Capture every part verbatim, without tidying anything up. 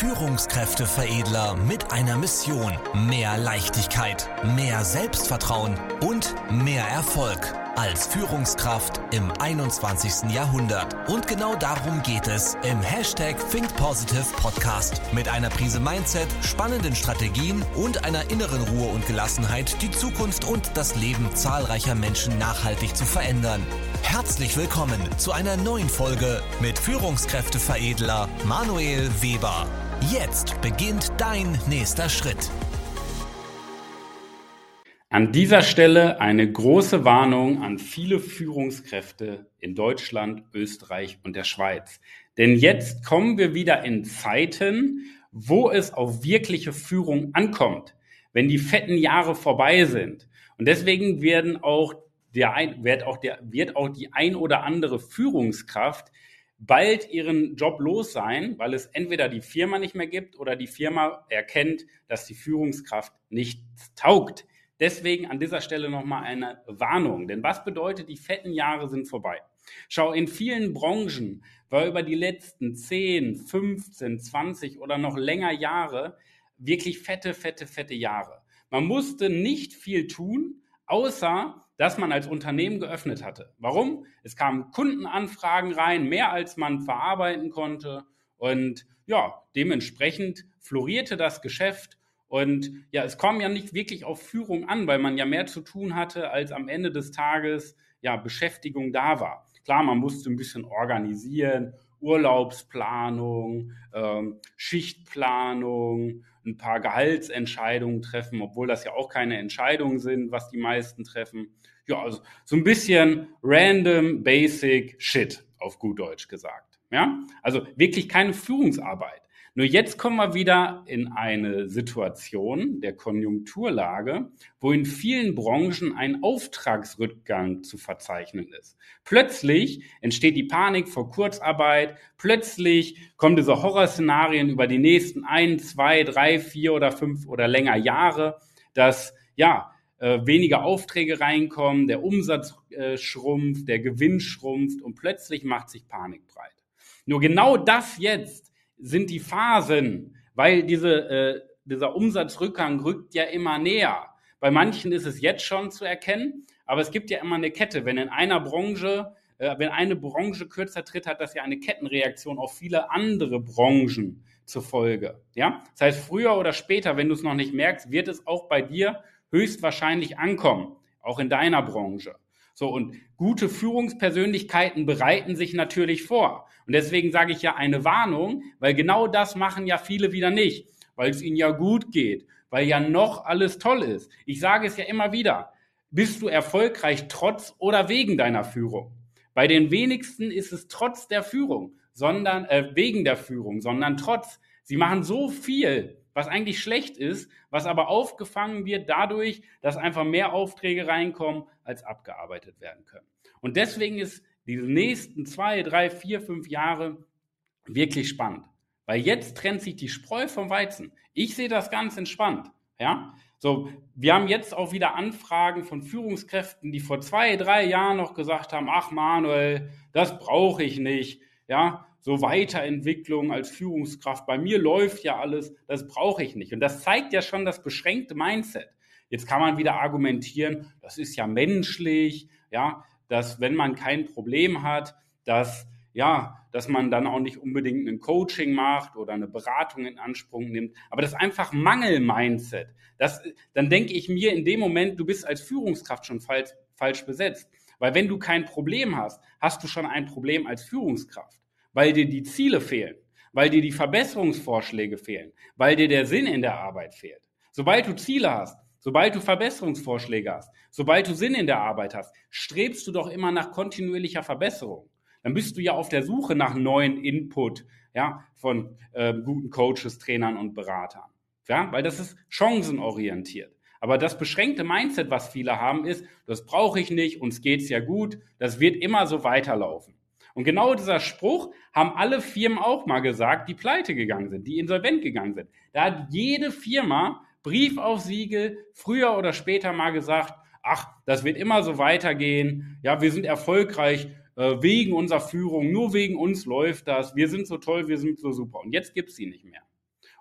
Führungskräfteveredler mit einer Mission: mehr Leichtigkeit, mehr Selbstvertrauen und mehr Erfolg als Führungskraft im einundzwanzigsten Jahrhundert. Und genau darum geht es im Hashtag Think Positive Podcast mit einer Prise Mindset, spannenden Strategien und einer inneren Ruhe und Gelassenheit, die Zukunft und das Leben zahlreicher Menschen nachhaltig zu verändern. Herzlich willkommen zu einer neuen Folge mit Führungskräfteveredler Manuel Weber. Jetzt beginnt dein nächster Schritt. An dieser Stelle eine große Warnung an viele Führungskräfte in Deutschland, Österreich und der Schweiz. Denn jetzt kommen wir wieder in Zeiten, wo es auf wirkliche Führung ankommt, wenn die fetten Jahre vorbei sind. Und deswegen werden auch der ein, wird, auch der, wird auch die ein oder andere Führungskraft bald ihren Job los sein, weil es entweder die Firma nicht mehr gibt oder die Firma erkennt, dass die Führungskraft nichts taugt. Deswegen an dieser Stelle nochmal eine Warnung. Denn was bedeutet, die fetten Jahre sind vorbei? Schau, in vielen Branchen war über die letzten zehn, fünfzehn, zwanzig oder noch länger Jahre wirklich fette, fette, fette Jahre. Man musste nicht viel tun, außer dass man als Unternehmen geöffnet hatte. Warum? Es kamen Kundenanfragen rein, mehr als man verarbeiten konnte. Und ja, dementsprechend florierte das Geschäft. Und ja, es kam ja nicht wirklich auf Führung an, weil man ja mehr zu tun hatte, als am Ende des Tages ja Beschäftigung da war. Klar, man musste ein bisschen organisieren, Urlaubsplanung, ähm, Schichtplanung, ein paar Gehaltsentscheidungen treffen, obwohl das ja auch keine Entscheidungen sind, was die meisten treffen. Ja, also so ein bisschen random, basic shit, auf gut Deutsch gesagt. Ja, also wirklich keine Führungsarbeit. Nur jetzt kommen wir wieder in eine Situation der Konjunkturlage, wo in vielen Branchen ein Auftragsrückgang zu verzeichnen ist. Plötzlich entsteht die Panik vor Kurzarbeit, plötzlich kommen diese Horrorszenarien über die nächsten ein, zwei, drei, vier oder fünf oder länger Jahre, dass ja äh, weniger Aufträge reinkommen, der Umsatz äh, schrumpft, der Gewinn schrumpft und plötzlich macht sich Panik breit. Nur genau das jetzt sind die Phasen, weil diese, äh, dieser Umsatzrückgang rückt ja immer näher. Bei manchen ist es jetzt schon zu erkennen, aber es gibt ja immer eine Kette. Wenn in einer Branche, äh, wenn eine Branche kürzer tritt, hat das ja eine Kettenreaktion auf viele andere Branchen zur Folge. Ja? Das heißt, früher oder später, wenn du es noch nicht merkst, wird es auch bei dir höchstwahrscheinlich ankommen, auch in deiner Branche. So, und gute Führungspersönlichkeiten bereiten sich natürlich vor. Und deswegen sage ich ja eine Warnung, weil genau das machen ja viele wieder nicht, weil es ihnen ja gut geht, weil ja noch alles toll ist. Ich sage es ja immer wieder, bist du erfolgreich trotz oder wegen deiner Führung? Bei den wenigsten ist es trotz der Führung, sondern äh, wegen der Führung, sondern trotz. Sie machen so viel, was eigentlich schlecht ist, was aber aufgefangen wird dadurch, dass einfach mehr Aufträge reinkommen, als abgearbeitet werden können. Und deswegen ist diese nächsten zwei, drei, vier, fünf Jahre wirklich spannend. Weil jetzt trennt sich die Spreu vom Weizen. Ich sehe das ganz entspannt. Ja? So, wir haben jetzt auch wieder Anfragen von Führungskräften, die vor zwei, drei Jahren noch gesagt haben, ach Manuel, das brauche ich nicht. Ja, so Weiterentwicklung als Führungskraft. Bei mir läuft ja alles, das brauche ich nicht. Und das zeigt ja schon das beschränkte Mindset. Jetzt kann man wieder argumentieren, das ist ja menschlich, ja, dass wenn man kein Problem hat, dass, ja, dass man dann auch nicht unbedingt ein Coaching macht oder eine Beratung in Anspruch nimmt. Aber das ist einfach Mangel-Mindset. Das, dann denke ich mir in dem Moment, du bist als Führungskraft schon falsch, falsch besetzt. Weil wenn du kein Problem hast, hast du schon ein Problem als Führungskraft. Weil dir die Ziele fehlen, weil dir die Verbesserungsvorschläge fehlen, weil dir der Sinn in der Arbeit fehlt. Sobald du Ziele hast, sobald du Verbesserungsvorschläge hast, sobald du Sinn in der Arbeit hast, strebst du doch immer nach kontinuierlicher Verbesserung. Dann bist du ja auf der Suche nach neuen Input, ja, von äh, guten Coaches, Trainern und Beratern. Ja, weil das ist chancenorientiert. Aber das beschränkte Mindset, was viele haben, ist, das brauche ich nicht, uns geht's ja gut, das wird immer so weiterlaufen. Und genau dieser Spruch haben alle Firmen auch mal gesagt, die pleite gegangen sind, die insolvent gegangen sind. Da hat jede Firma Brief auf Siegel früher oder später mal gesagt, ach, das wird immer so weitergehen, ja, wir sind erfolgreich äh, wegen unserer Führung, nur wegen uns läuft das, wir sind so toll, wir sind so super. Und jetzt gibt's sie nicht mehr.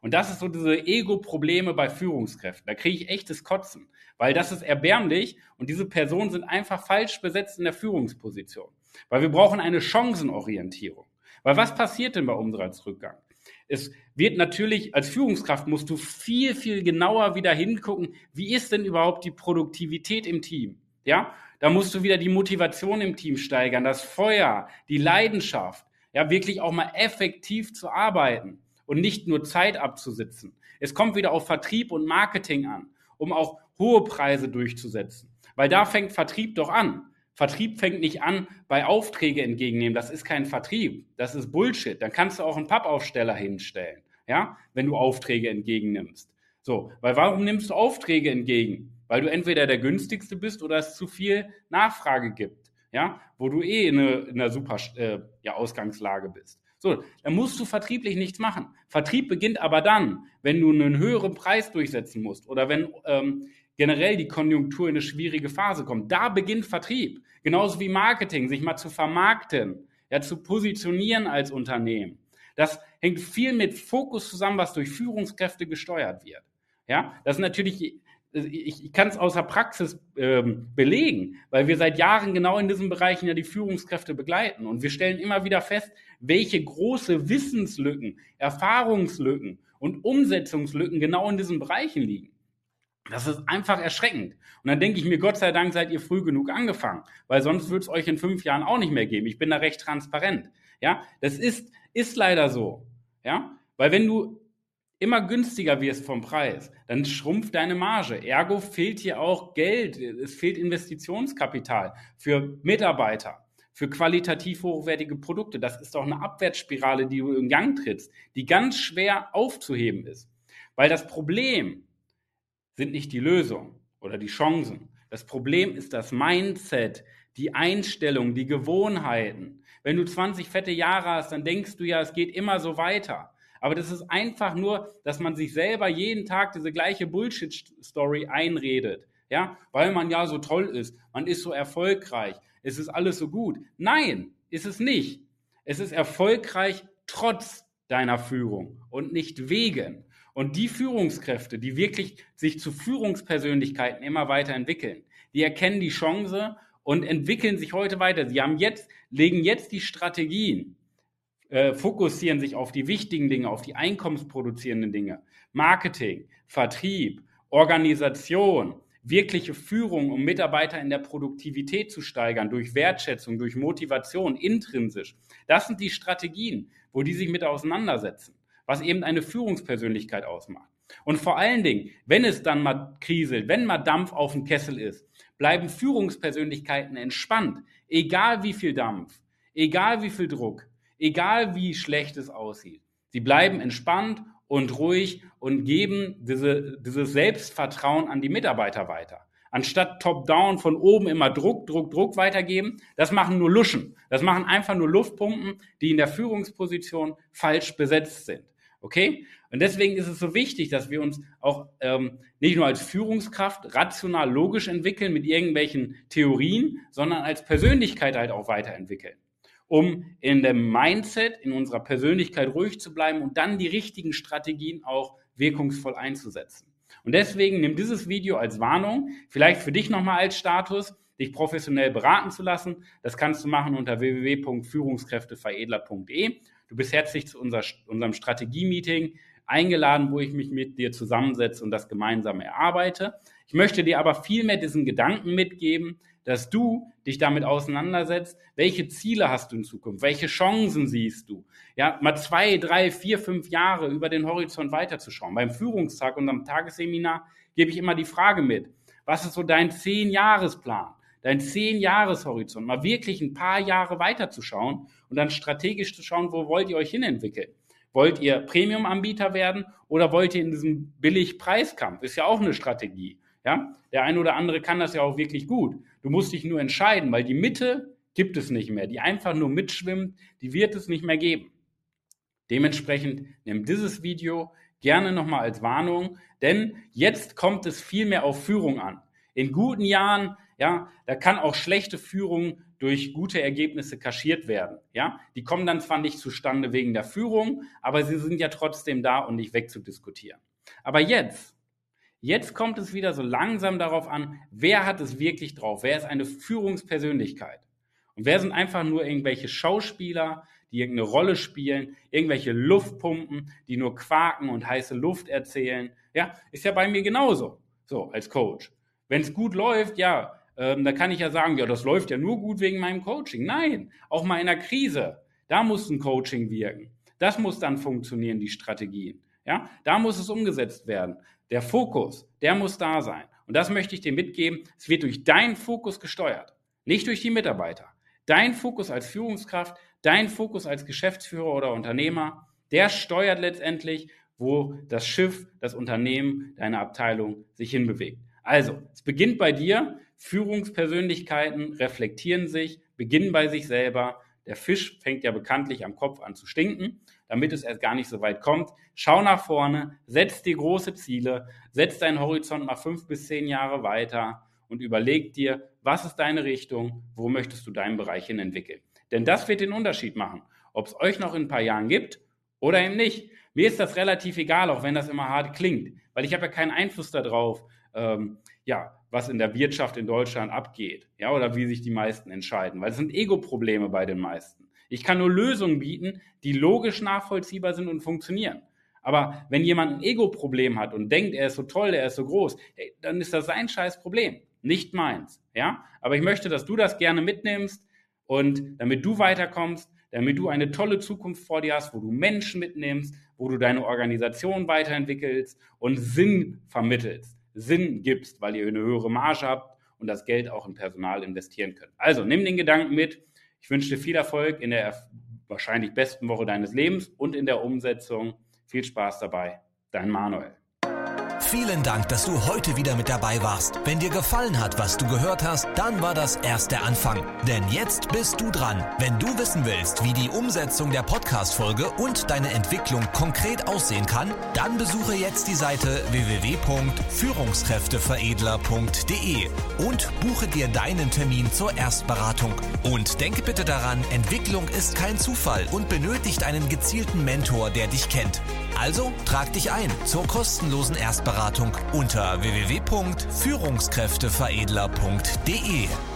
Und das ist so diese Ego-Probleme bei Führungskräften. Da kriege ich echtes Kotzen, weil das ist erbärmlich und diese Personen sind einfach falsch besetzt in der Führungsposition. Weil wir brauchen eine Chancenorientierung. Weil was passiert denn bei Umsatzrückgang? Es wird natürlich, als Führungskraft musst du viel, viel genauer wieder hingucken, wie ist denn überhaupt die Produktivität im Team? Ja, da musst du wieder die Motivation im Team steigern, das Feuer, die Leidenschaft, ja, wirklich auch mal effektiv zu arbeiten und nicht nur Zeit abzusitzen. Es kommt wieder auf Vertrieb und Marketing an, um auch hohe Preise durchzusetzen. Weil da fängt Vertrieb doch an. Vertrieb fängt nicht an bei Aufträge entgegennehmen. Das ist kein Vertrieb. Das ist Bullshit. Dann kannst du auch einen Pappaufsteller hinstellen, ja, wenn du Aufträge entgegennimmst. So, weil warum nimmst du Aufträge entgegen? Weil du entweder der günstigste bist oder es zu viel Nachfrage gibt, ja, wo du eh in einer, in einer super äh, ja, Ausgangslage bist. So, dann musst du vertrieblich nichts machen. Vertrieb beginnt aber dann, wenn du einen höheren Preis durchsetzen musst oder wenn ähm, generell die Konjunktur in eine schwierige Phase kommt. Da beginnt Vertrieb. Genauso wie Marketing, sich mal zu vermarkten, ja, zu positionieren als Unternehmen. Das hängt viel mit Fokus zusammen, was durch Führungskräfte gesteuert wird. Ja, das ist natürlich, ich, ich kann es aus der Praxis ähm, belegen, weil wir seit Jahren genau in diesen Bereichen ja die Führungskräfte begleiten. Und wir stellen immer wieder fest, welche große Wissenslücken, Erfahrungslücken und Umsetzungslücken genau in diesen Bereichen liegen. Das ist einfach erschreckend. Und dann denke ich mir, Gott sei Dank seid ihr früh genug angefangen, weil sonst wird es euch in fünf Jahren auch nicht mehr geben. Ich bin da recht transparent. Ja, das ist, ist leider so. Ja, weil wenn du immer günstiger wirst vom Preis, dann schrumpft deine Marge. Ergo fehlt hier auch Geld. Es fehlt Investitionskapital für Mitarbeiter, für qualitativ hochwertige Produkte. Das ist doch eine Abwärtsspirale, die du in Gang trittst, die ganz schwer aufzuheben ist. Weil das Problem sind nicht die Lösung oder die Chancen. Das Problem ist das Mindset, die Einstellung, die Gewohnheiten. Wenn du zwanzig fette Jahre hast, dann denkst du ja, es geht immer so weiter. Aber das ist einfach nur, dass man sich selber jeden Tag diese gleiche Bullshit-Story einredet. Ja, weil man ja so toll ist, man ist so erfolgreich, es ist alles so gut. Nein, ist es nicht. Es ist erfolgreich trotz deiner Führung und nicht wegen. Und die Führungskräfte, die wirklich sich zu Führungspersönlichkeiten immer weiterentwickeln, die erkennen die Chance und entwickeln sich heute weiter. Sie haben jetzt, legen jetzt die Strategien, äh, fokussieren sich auf die wichtigen Dinge, auf die einkommensproduzierenden Dinge. Marketing, Vertrieb, Organisation, wirkliche Führung, um Mitarbeiter in der Produktivität zu steigern, durch Wertschätzung, durch Motivation, intrinsisch. Das sind die Strategien, wo die sich mit auseinandersetzen, was eben eine Führungspersönlichkeit ausmacht. Und vor allen Dingen, wenn es dann mal kriselt, wenn mal Dampf auf dem Kessel ist, bleiben Führungspersönlichkeiten entspannt, egal wie viel Dampf, egal wie viel Druck, egal wie schlecht es aussieht. Sie bleiben entspannt und ruhig und geben diese, dieses Selbstvertrauen an die Mitarbeiter weiter. Anstatt top-down von oben immer Druck, Druck, Druck weitergeben, das machen nur Luschen. Das machen einfach nur Luftpumpen, die in der Führungsposition falsch besetzt sind. Okay? Und deswegen ist es so wichtig, dass wir uns auch ähm, nicht nur als Führungskraft rational logisch entwickeln mit irgendwelchen Theorien, sondern als Persönlichkeit halt auch weiterentwickeln, um in dem Mindset, in unserer Persönlichkeit ruhig zu bleiben und dann die richtigen Strategien auch wirkungsvoll einzusetzen. Und deswegen nimm dieses Video als Warnung, vielleicht für dich nochmal als Status, dich professionell beraten zu lassen. Das kannst du machen unter w w w punkt führungskräfteveredler punkt d e. Du bist herzlich zu unser, unserem Strategie-Meeting eingeladen, wo ich mich mit dir zusammensetze und das gemeinsam erarbeite. Ich möchte dir aber vielmehr diesen Gedanken mitgeben, dass du dich damit auseinandersetzt, welche Ziele hast du in Zukunft, welche Chancen siehst du, ja, mal zwei, drei, vier, fünf Jahre über den Horizont weiterzuschauen. Beim Führungstag und am Tagesseminar gebe ich immer die Frage mit, was ist so dein Zehn-Jahres-Plan, dein Zehn-Jahres-Horizont, mal wirklich ein paar Jahre weiterzuschauen und dann strategisch zu schauen, wo wollt ihr euch hinentwickeln? Wollt ihr Premium-Anbieter werden oder wollt ihr in diesem Billig-Preiskampf? Ist ja auch eine Strategie. Ja? Der eine oder andere kann das ja auch wirklich gut. Du musst dich nur entscheiden, weil die Mitte gibt es nicht mehr. Die einfach nur mitschwimmt, die wird es nicht mehr geben. Dementsprechend nimm dieses Video gerne nochmal als Warnung, denn jetzt kommt es viel mehr auf Führung an. In guten Jahren, ja, da kann auch schlechte Führung durch gute Ergebnisse kaschiert werden. Ja? Die kommen dann zwar nicht zustande wegen der Führung, aber sie sind ja trotzdem da und nicht wegzudiskutieren. Aber jetzt, jetzt kommt es wieder so langsam darauf an, wer hat es wirklich drauf? Wer ist eine Führungspersönlichkeit? Und wer sind einfach nur irgendwelche Schauspieler, die irgendeine Rolle spielen, irgendwelche Luftpumpen, die nur quaken und heiße Luft erzählen? Ja, ist ja bei mir genauso, so als Coach. Wenn es gut läuft, ja, ähm, da kann ich ja sagen, ja, das läuft ja nur gut wegen meinem Coaching. Nein, auch mal in einer Krise, da muss ein Coaching wirken. Das muss dann funktionieren, die Strategien. Ja, da muss es umgesetzt werden. Der Fokus, der muss da sein. Und das möchte ich dir mitgeben. Es wird durch deinen Fokus gesteuert, nicht durch die Mitarbeiter. Dein Fokus als Führungskraft, dein Fokus als Geschäftsführer oder Unternehmer, der steuert letztendlich, wo das Schiff, das Unternehmen, deine Abteilung sich hinbewegt. Also, es beginnt bei dir. Führungspersönlichkeiten reflektieren sich, beginnen bei sich selber. Der Fisch fängt ja bekanntlich am Kopf an zu stinken, damit es erst gar nicht so weit kommt. Schau nach vorne, setz dir große Ziele, setz deinen Horizont mal fünf bis zehn Jahre weiter und überleg dir, was ist deine Richtung, wo möchtest du deinen Bereich hin entwickeln. Denn das wird den Unterschied machen, ob es euch noch in ein paar Jahren gibt oder eben nicht. Mir ist das relativ egal, auch wenn das immer hart klingt, weil ich habe ja keinen Einfluss darauf, ähm, ja, was in der Wirtschaft in Deutschland abgeht, ja, oder wie sich die meisten entscheiden, weil es sind Ego-Probleme bei den meisten. Ich kann nur Lösungen bieten, die logisch nachvollziehbar sind und funktionieren. Aber wenn jemand ein Ego-Problem hat und denkt, er ist so toll, er ist so groß, hey, dann ist das sein scheiß Problem, nicht meins, ja. Aber ich möchte, dass du das gerne mitnimmst und damit du weiterkommst, damit du eine tolle Zukunft vor dir hast, wo du Menschen mitnimmst, wo du deine Organisation weiterentwickelst und Sinn vermittelst. Sinn gibst, weil ihr eine höhere Marge habt und das Geld auch in Personal investieren könnt. Also nimm den Gedanken mit. Ich wünsche dir viel Erfolg in der wahrscheinlich besten Woche deines Lebens und in der Umsetzung. Viel Spaß dabei. Dein Manuel. Vielen Dank, dass du heute wieder mit dabei warst. Wenn dir gefallen hat, was du gehört hast, dann war das erst der Anfang. Denn jetzt bist du dran. Wenn du wissen willst, wie die Umsetzung der Podcast-Folge und deine Entwicklung konkret aussehen kann, dann besuche jetzt die Seite w w w punkt führungskräfteveredler punkt d e und buche dir deinen Termin zur Erstberatung. Und denke bitte daran, Entwicklung ist kein Zufall und benötigt einen gezielten Mentor, der dich kennt. Also trag dich ein zur kostenlosen Erstberatung unter w w w punkt führungskräfteveredler punkt d e.